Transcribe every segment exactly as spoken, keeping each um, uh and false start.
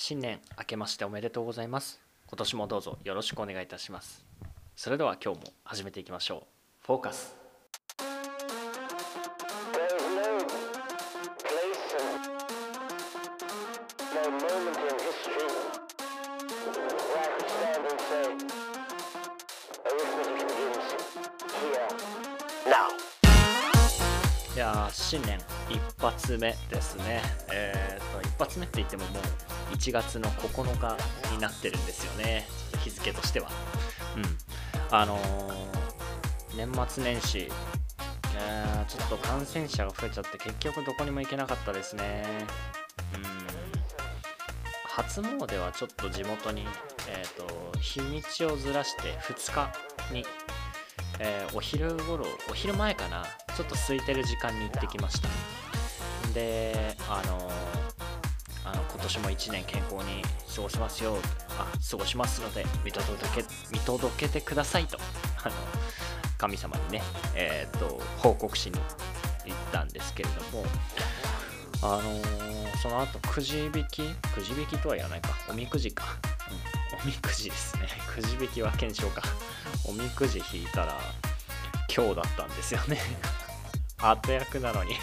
新年明けましておめでとうございます。今年もどうぞよろしくお願いいたします。それでは今日も始めていきましょう。フォーカス。いやー、新年一発目ですね。えー、と一発目って言ってももういちがつのここのかになってるんですよね。ちょっと日付としては。うんあのー、年末年始、えーちょっと感染者が増えちゃって結局どこにも行けなかったですね。うん初詣はちょっと地元に、えー、と日にちをずらしてふつかに、えーお昼頃お昼前かな、ちょっと空いてる時間に行ってきました。であのーあの今年もいちねん健康に過ごしますよあ過ごしますので見届け見届けてくださいとあの神様にね、えー、と報告しに行ったんですけれども、あのーその後くじ引きくじ引きとは言わないか、おみくじか、うん、おみくじですね。くじ引きは検証か。おみくじ引いたら今日だったんですよね。後役なのに。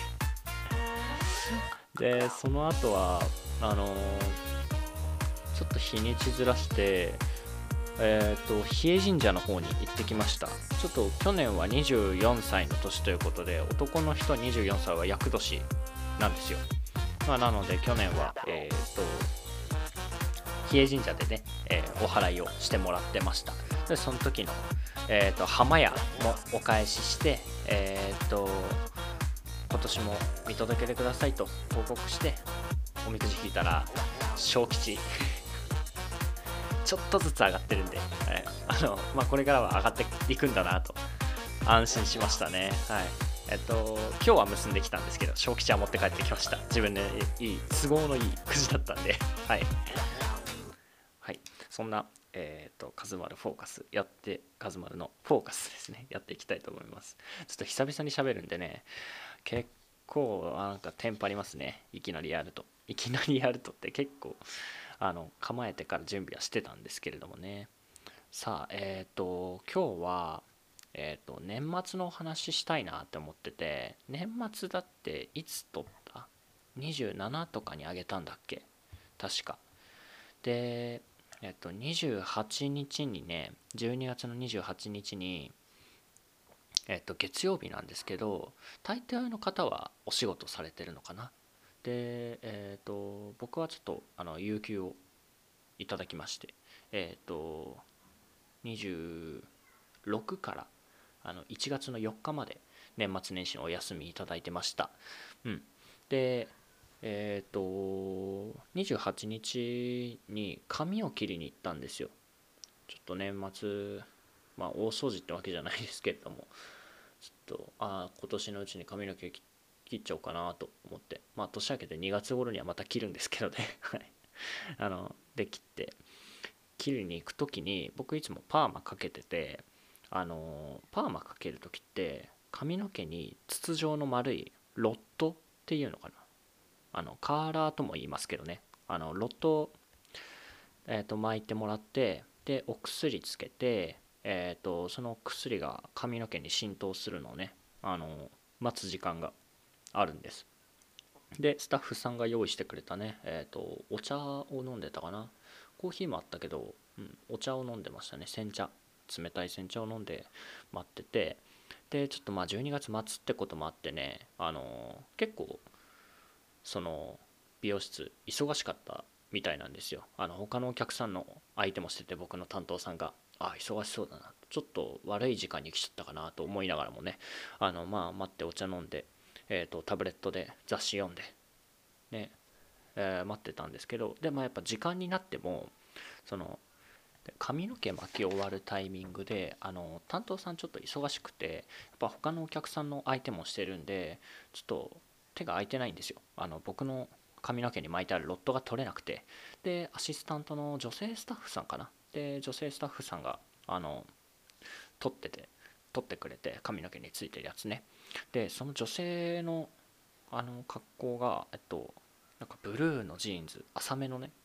でその後はあのーちょっと日にちずらしてえっ、と比叡神社の方に行ってきました。ちょっと去年はにじゅうよんさいの年ということで、男の人にじゅうよんさいは厄年なんですよ。まあ、なので去年はえっ、と比叡神社でね、えーお祓いをしてもらってました。でその時の、えー、と浜屋もお返しして、えっ、と今年も見届けてくださいと報告しておみくじ引いたら小吉ちょっとずつ上がってるんで、はい、あのまあ、これからは上がっていくんだなと安心しましたね。はい。えっと今日は結んできたんですけど、小吉は持って帰ってきました。自分でいい都合のいいくじだったんで、はい。はい。そんなえっ、とカズマルフォーカスやってカズマルのフォーカスですね、やっていきたいと思います。ちょっと久々に喋るんでね、結構なんかテンパりますね。いきなりやるといきなりやるとって結構あの構えてから準備はしてたんですけれどもね。さあえっ、と今日はえっ、と年末のお話ししたいなって思ってて、年末だっていつ撮った？ にじゅうなな とかにあげたんだっけ、確か。でえっ、とにじゅうはちにちにね、じゅうにがつのにじゅうはちにちにえっと月曜日なんですけど、大抵の方はお仕事されてるのかな。でえっ、と僕はちょっとあの有給をいただきまして、えっ、とにじゅうろくからあのいちがつのよっかまで年末年始のお休みいただいてました。うん、でえっ、とにじゅうはちにちに髪を切りに行ったんですよ。ちょっと年末、まあ大掃除ってわけじゃないですけれども、ちょっとああ今年のうちに髪の毛切っちゃおうかなと思って、まあ年明けてにがつ頃にはまた切るんですけどね。はいあので切って切りに行く時に僕いつもパーマかけてて、あのパーマかける時って髪の毛に筒状の丸いロットっていうのかな、あのカーラーとも言いますけどね、あのロットを、えー、と巻いてもらって、でお薬つけて、えー、とその薬が髪の毛に浸透するのをね、あの待つ時間があるんです。でスタッフさんが用意してくれたね、えー、とお茶を飲んでたかな。コーヒーもあったけど、うん、お茶を飲んでましたね。煎茶、冷たい煎茶を飲んで待ってて、でちょっとまあじゅうにがつ末ってこともあってね、あのー結構その美容室忙しかったみたいなんですよ。あの他のお客さんの相手もしてて、僕の担当さんがあ忙しそうだな、ちょっと悪い時間に来ちゃったかなと思いながらもね、あのまあ待ってお茶飲んで、えー、とタブレットで雑誌読んでね、えー待ってたんですけど、でまあやっぱ時間になってもその髪の毛巻き終わるタイミングで、あの担当さんちょっと忙しくて、やっぱ他のお客さんの相手もしてるんで、ちょっと手が空いてないんですよ。あの僕の髪の毛に巻いてあるロットが取れなくて、でアシスタントの女性スタッフさんかな、で女性スタッフさんがあの取ってて取ってくれて、髪の毛についてるやつね。でその女性のあの格好が、えっとなんかブルーのジーンズ、浅めのね、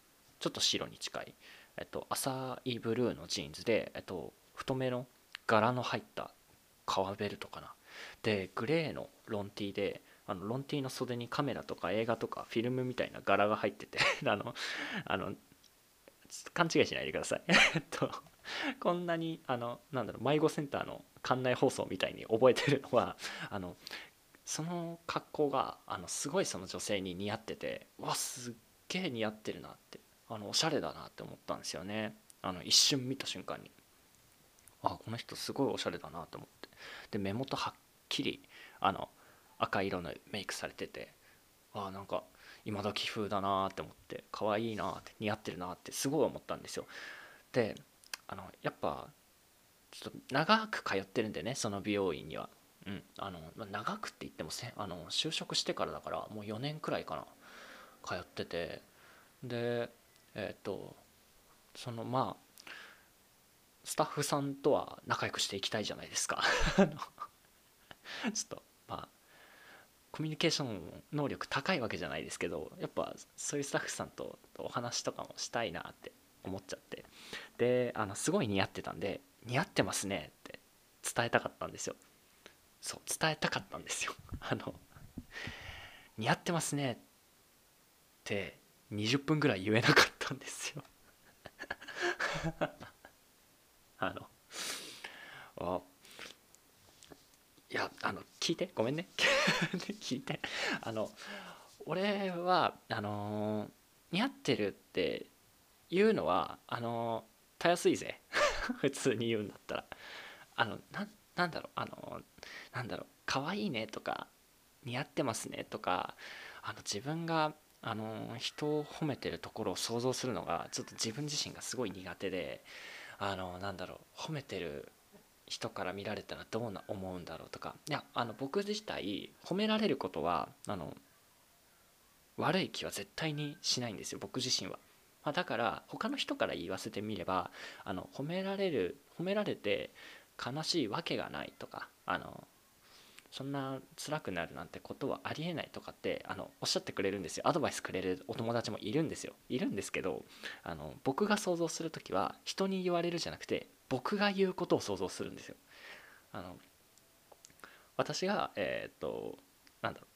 ちょっと白に近い、えっと、浅いブルーのジーンズで、えっと、太めの柄の入った革ベルトかな。でグレーのロン T で、あのロン T の袖にカメラとか映画とかフィルムみたいな柄が入っててあのあの勘違いしないでくださいえっとこんなにあのなんだろう迷子センターの館内放送みたいに覚えてるのは、あのその格好があのすごいその女性に似合ってて、わすっげえ似合ってるなって、あのおしゃれだなって思ったんですよね。あの一瞬見た瞬間に、あこの人すごいおしゃれだなと思って、で目元はっきりあの赤色のメイクされてて、あなんか今時風だなって思って、可愛いなって似合ってるなってすごい思ったんですよ。であのやっぱちょっと長く通ってるんでね、その美容院には。うん、あのまあ長くって言ってもせあの就職してからだからもうよねんくらいかな、通ってて。でえっ、とそのまあスタッフさんとは仲良くしていきたいじゃないですかあのちょっとまあコミュニケーション能力高いわけじゃないですけど、やっぱそういうスタッフさんとお話とかもしたいなって思っちゃって、であのすごい似合ってたんで似合ってますねって伝えたかったんですよ。そう伝えたかったんですよあの似合ってますねってにじゅっぷんぐらい言えなかったんですよあのあいやあの聞いてごめんね聞いて、あの俺はあのー似合ってるって言うのはあのーたやすいぜ普通に言うんだったら、あのななんだろうあのなんだろう可愛いねとか似合ってますねとか、あの自分があの人を褒めてるところを想像するのがちょっと自分自身がすごい苦手で、あのなんだろう褒めてる人から見られたらどうな思うんだろうとか、いやあの僕自体褒められることはあの悪い気は絶対にしないんですよ、僕自身は。まあ、だから他の人から言わせてみれば、あの褒められる褒められて悲しいわけがないとか、あのそんな辛くなるなんてことはありえないとかってあのおっしゃってくれるんですよ。アドバイスくれるお友達もいるんですよいるんですけど、あの僕が想像する時は人に言われるじゃなくて僕が言うことを想像するんですよ。あの私がえーっとなんだろう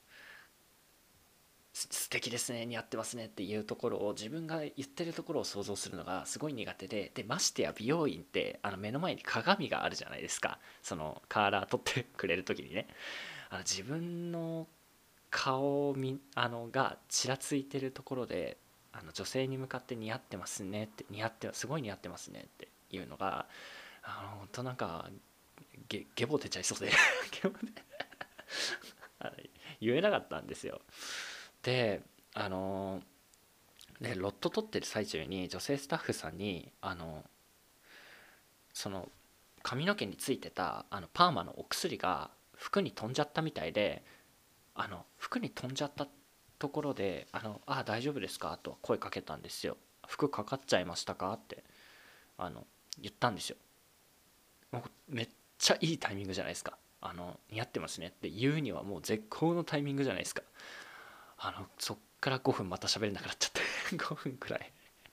素敵ですね似合ってますねっていうところを自分が言ってるところを想像するのがすごい苦手で、でましてや美容院ってあの目の前に鏡があるじゃないですか、そのカーラー取ってくれる時にね、あの自分の顔みあのがちらついてるところであの女性に向かって似合ってますねって似合ってすごい似合ってますねっていうのがあの本当なんかゲゲボ出ちゃいそうでゲボであの言えなかったんですよ。であのでロット取ってる最中に女性スタッフさんにあのその髪の毛についてたあのパーマのお薬が服に飛んじゃったみたいで、あの服に飛んじゃったところで「あのあ大丈夫ですか?」と声かけたんですよ。「服かかっちゃいましたか?」ってあの言ったんですよ。もうめっちゃいいタイミングじゃないですか。あの似合ってますねって言うにはもう絶好のタイミングじゃないですか。あのそっからごふんまた喋れなくなっちゃってごふんくらい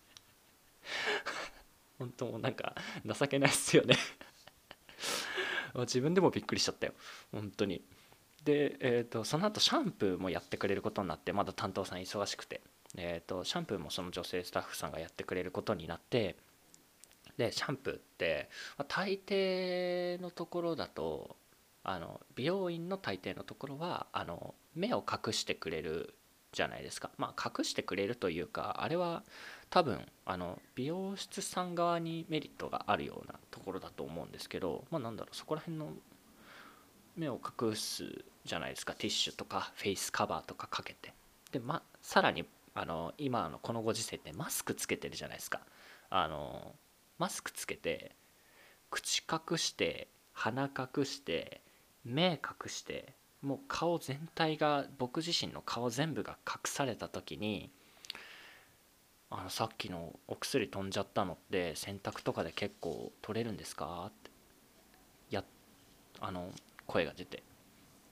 本当もうなんか情けないっすよね自分でもびっくりしちゃったよ本当に。で、えー、とその後シャンプーもやってくれることになって、まだ担当さん忙しくて、えー、とシャンプーもその女性スタッフさんがやってくれることになって、でシャンプーって、まあ、大抵のところだとあの美容院の大抵のところはあの目を隠してくれるじゃないですか。まあ隠してくれるというか、あれは多分あの美容室さん側にメリットがあるようなところだと思うんですけど、まあなんだろうそこら辺の目を隠すじゃないですか、ティッシュとかフェイスカバーとかかけて。で、ま、さらにあの今のこのご時世ってマスクつけてるじゃないですか。あのマスクつけて口隠して鼻隠して目隠して、もう顔全体が僕自身の顔全部が隠された時に、あのさっきのお薬飛んじゃったのって洗濯とかで結構取れるんですかってやあの声が出て、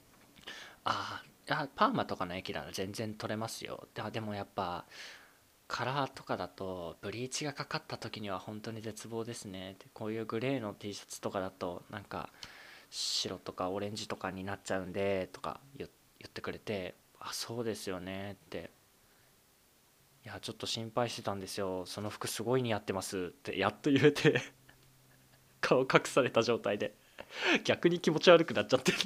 ああパーマとかの液なら全然取れますよ。ででもやっぱカラーとかだとブリーチがかかった時には本当に絶望ですね。でこういうグレーの T シャツとかだとなんか白とかオレンジとかになっちゃうんでとか言言ってくれて、あ、そうですよねって、いやちょっと心配してたんですよ、その服すごい似合ってますってやっと言えて顔隠された状態で逆に気持ち悪くなっちゃってる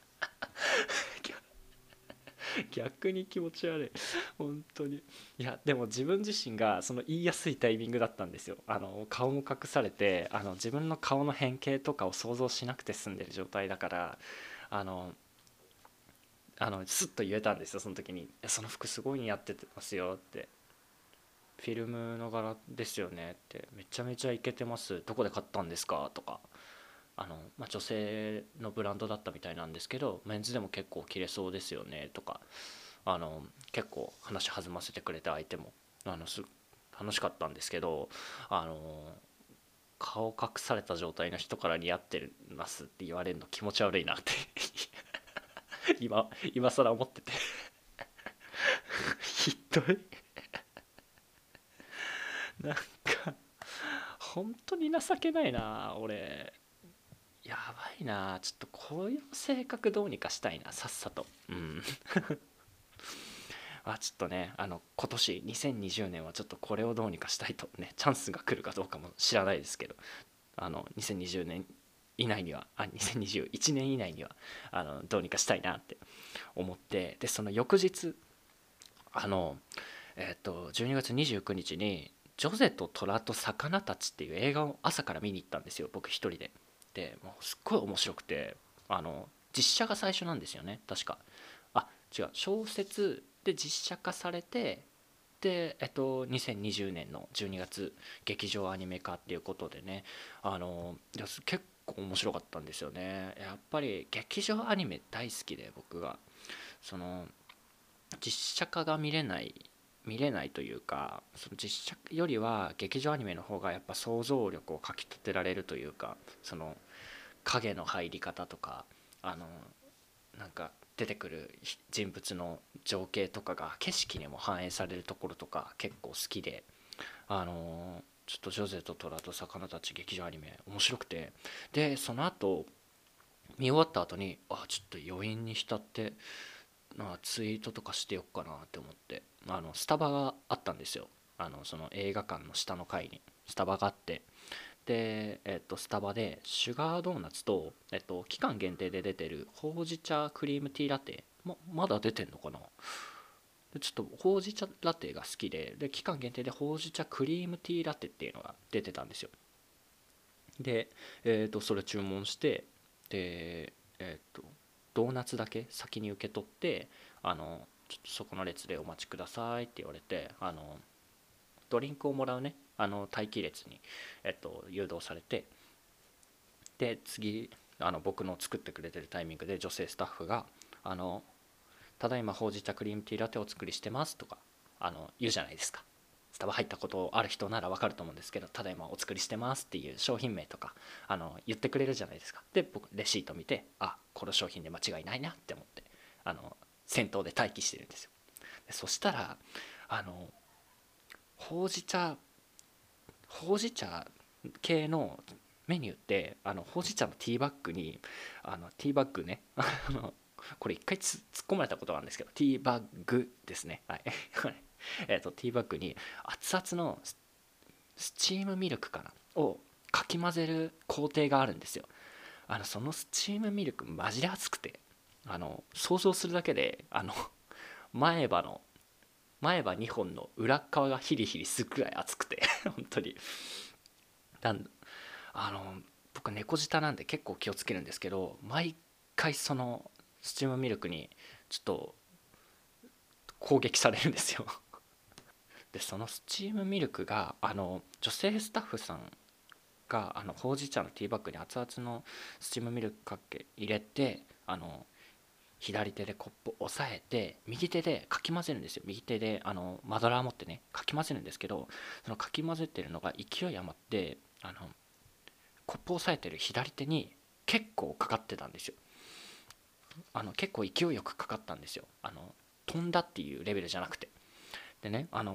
逆に気持ち悪い本当に。いやでも自分自身がその言いやすいタイミングだったんですよ。あの顔も隠されて、あの自分の顔の変形とかを想像しなくて済んでる状態だから、あのあのスッと言えたんですよその時に。「その服すごい似合ってますよ」って、「フィルムの柄ですよね」って、「めちゃめちゃイケてます、どこで買ったんですか」とか、あの、まあ、女性のブランドだったみたいなんですけどメンズでも結構着れそうですよねとか、あの結構話弾ませてくれた相手も、あのす楽しかったんですけど、あの顔隠された状態の人から似合ってますって言われるの気持ち悪いなって今今更思っててひどい、なんか本当に情けないな俺。やばいな、ちょっとこういう性格どうにかしたいな、さっさと。うんあ、ちょっとね、あの今年にせんにじゅうねんはちょっとこれをどうにかしたいとね、チャンスが来るかどうかも知らないですけど、あのにせんにじゅうねん以内には、あにせんにじゅういちねん以内にはあのどうにかしたいなって思って、でその翌日、あのえっ、とじゅうにがつにじゅうくにちに「ジョゼと虎と魚たち」っていう映画を朝から見に行ったんですよ、僕一人で。でもうすっごい面白くて、あの実写が最初なんですよね確か。あ、違う、小説で実写化されて、で、えっと、にせんにじゅうねんのじゅうにがつ劇場アニメ化っていうことでね、あのいや結構面白かったんですよね。やっぱり劇場アニメ大好きで、僕がその実写化が見れない見れないというか、その実写よりは劇場アニメの方がやっぱ想像力をかきたてられるというか、その影の入り方とか、あのなんか出てくる人物の情景とかが景色にも反映されるところとか結構好きで、あのちょっと「ジョゼと虎と魚たち」劇場アニメ面白くて、でその後見終わった後に、あ、ちょっと余韻に浸って、まあ、ツイートとかしてよっかなって思って、あのスタバがあったんですよ、あのその映画館の下の階にスタバがあって、で、えっと、スタバでシュガードーナツと、えっと、期間限定で出てるほうじ茶クリームティーラテ、ま、まだ出てんのかな。でちょっとほうじ茶ラテが好きで、で期間限定でほうじ茶クリームティーラテっていうのが出てたんですよ。で、えっと、それ注文して、で、えっと、ドーナツだけ先に受け取って、あのちょっとそこの列でお待ちくださいって言われて、あのドリンクをもらうね、あの待機列に、えっと、誘導されて、で次、あの僕の作ってくれてるタイミングで女性スタッフが「あのただいまほうじ茶クリームティーラテをお作りしてます」とかあの言うじゃないですか。スタバ入ったことある人なら分かると思うんですけど、ただいまお作りしてますっていう商品名とかあの言ってくれるじゃないですか。で僕レシート見て、あ、この商品で間違いないなって思って、あの先頭で待機してるんですよ。でそしたら、あのほうじ茶ほうじ茶系のメニューって、あのほうじ茶のティーバッグに、あのティーバッグねあのこれ一回つ突っ込まれたことがあるんですけど、ティーバッグですね、はいえっとティーバッグに熱々のスチームミルクかなをかき混ぜる工程があるんですよ。あのそのスチームミルクマジで熱くて、あの想像するだけで、あの前歯の前歯にほんの裏側がヒリヒリするくらい熱くて本当に。なんあの僕猫舌なんで結構気をつけるんですけど、毎回そのスチームミルクにちょっと攻撃されるんですよでそのスチームミルクが、あの女性スタッフさんがあのほうじ茶のティーバッグに熱々のスチームミルクかけ入れて、あの左手でコップを押さえて右手でかき混ぜるんですよ。右手であのマドラー持ってねかき混ぜるんですけど、そのかき混ぜてるのが勢い余って、あのコップを押さえてる左手に結構かかってたんですよ。あの結構勢いよくかかったんですよ。あの飛んだっていうレベルじゃなくて。でね、あの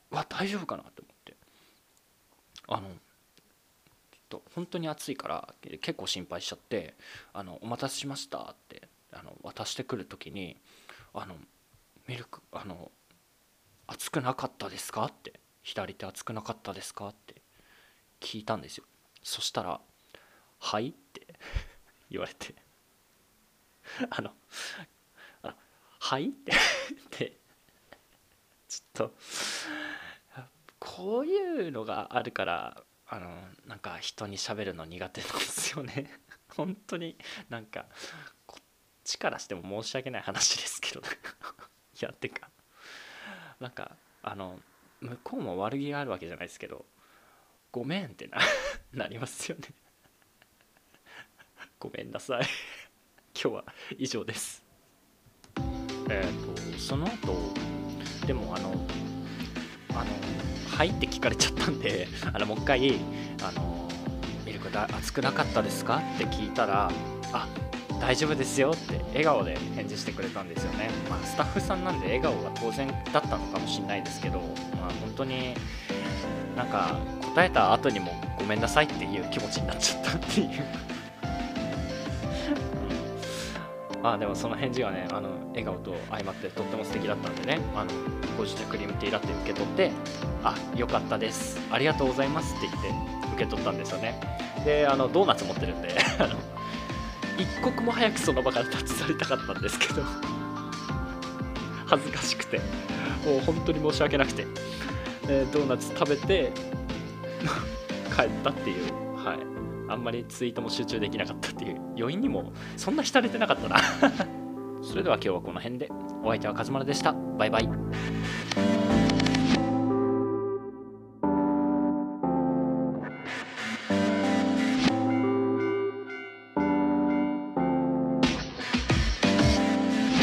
うわ大丈夫かなって思って、あのちょっと本当に暑いから結構心配しちゃって、あのお待たせしましたってあの渡してくる時に、あのミルクあの熱くなかったですかって、左手熱くなかったですかって聞いたんですよ。そしたらはいって言われて、あのあのはいってでちょっとこういうのがあるから、あのなんか人に喋るの苦手なんですよね本当になんかこっちからしても申し訳ない話ですけどいやてかなんかあの向こうも悪気があるわけじゃないですけど、ごめんってななりますよねごめんなさい今日は以上です。えっ、とその後でもあのあのはいって聞かれちゃったんで、あのもう一回あのミルクだ熱くなかったですかって聞いたら、あ大丈夫ですよって笑顔で返事してくれたんですよね。まあスタッフさんなんで笑顔が当然だったのかもしれないですけど、まあ本当になんか答えた後にもごめんなさいっていう気持ちになっちゃったっていうまあでもその返事がね、あの笑顔と相まってとっても素敵だったんでね、あのご自宅リムティーラテ受け取って、あよかったですありがとうございますって言って受け取ったんですよね。であのドーナツ持ってるんであの一刻も早くその場から立ち去りたかったんですけど恥ずかしくてもう本当に申し訳なくて、でドーナツ食べて帰ったっていう、はい、あんまりツイートも集中できなかったっていう余韻にもそんな浸れてなかったなそれでは今日はこの辺で、お相手はカズマルでした。バイバイ。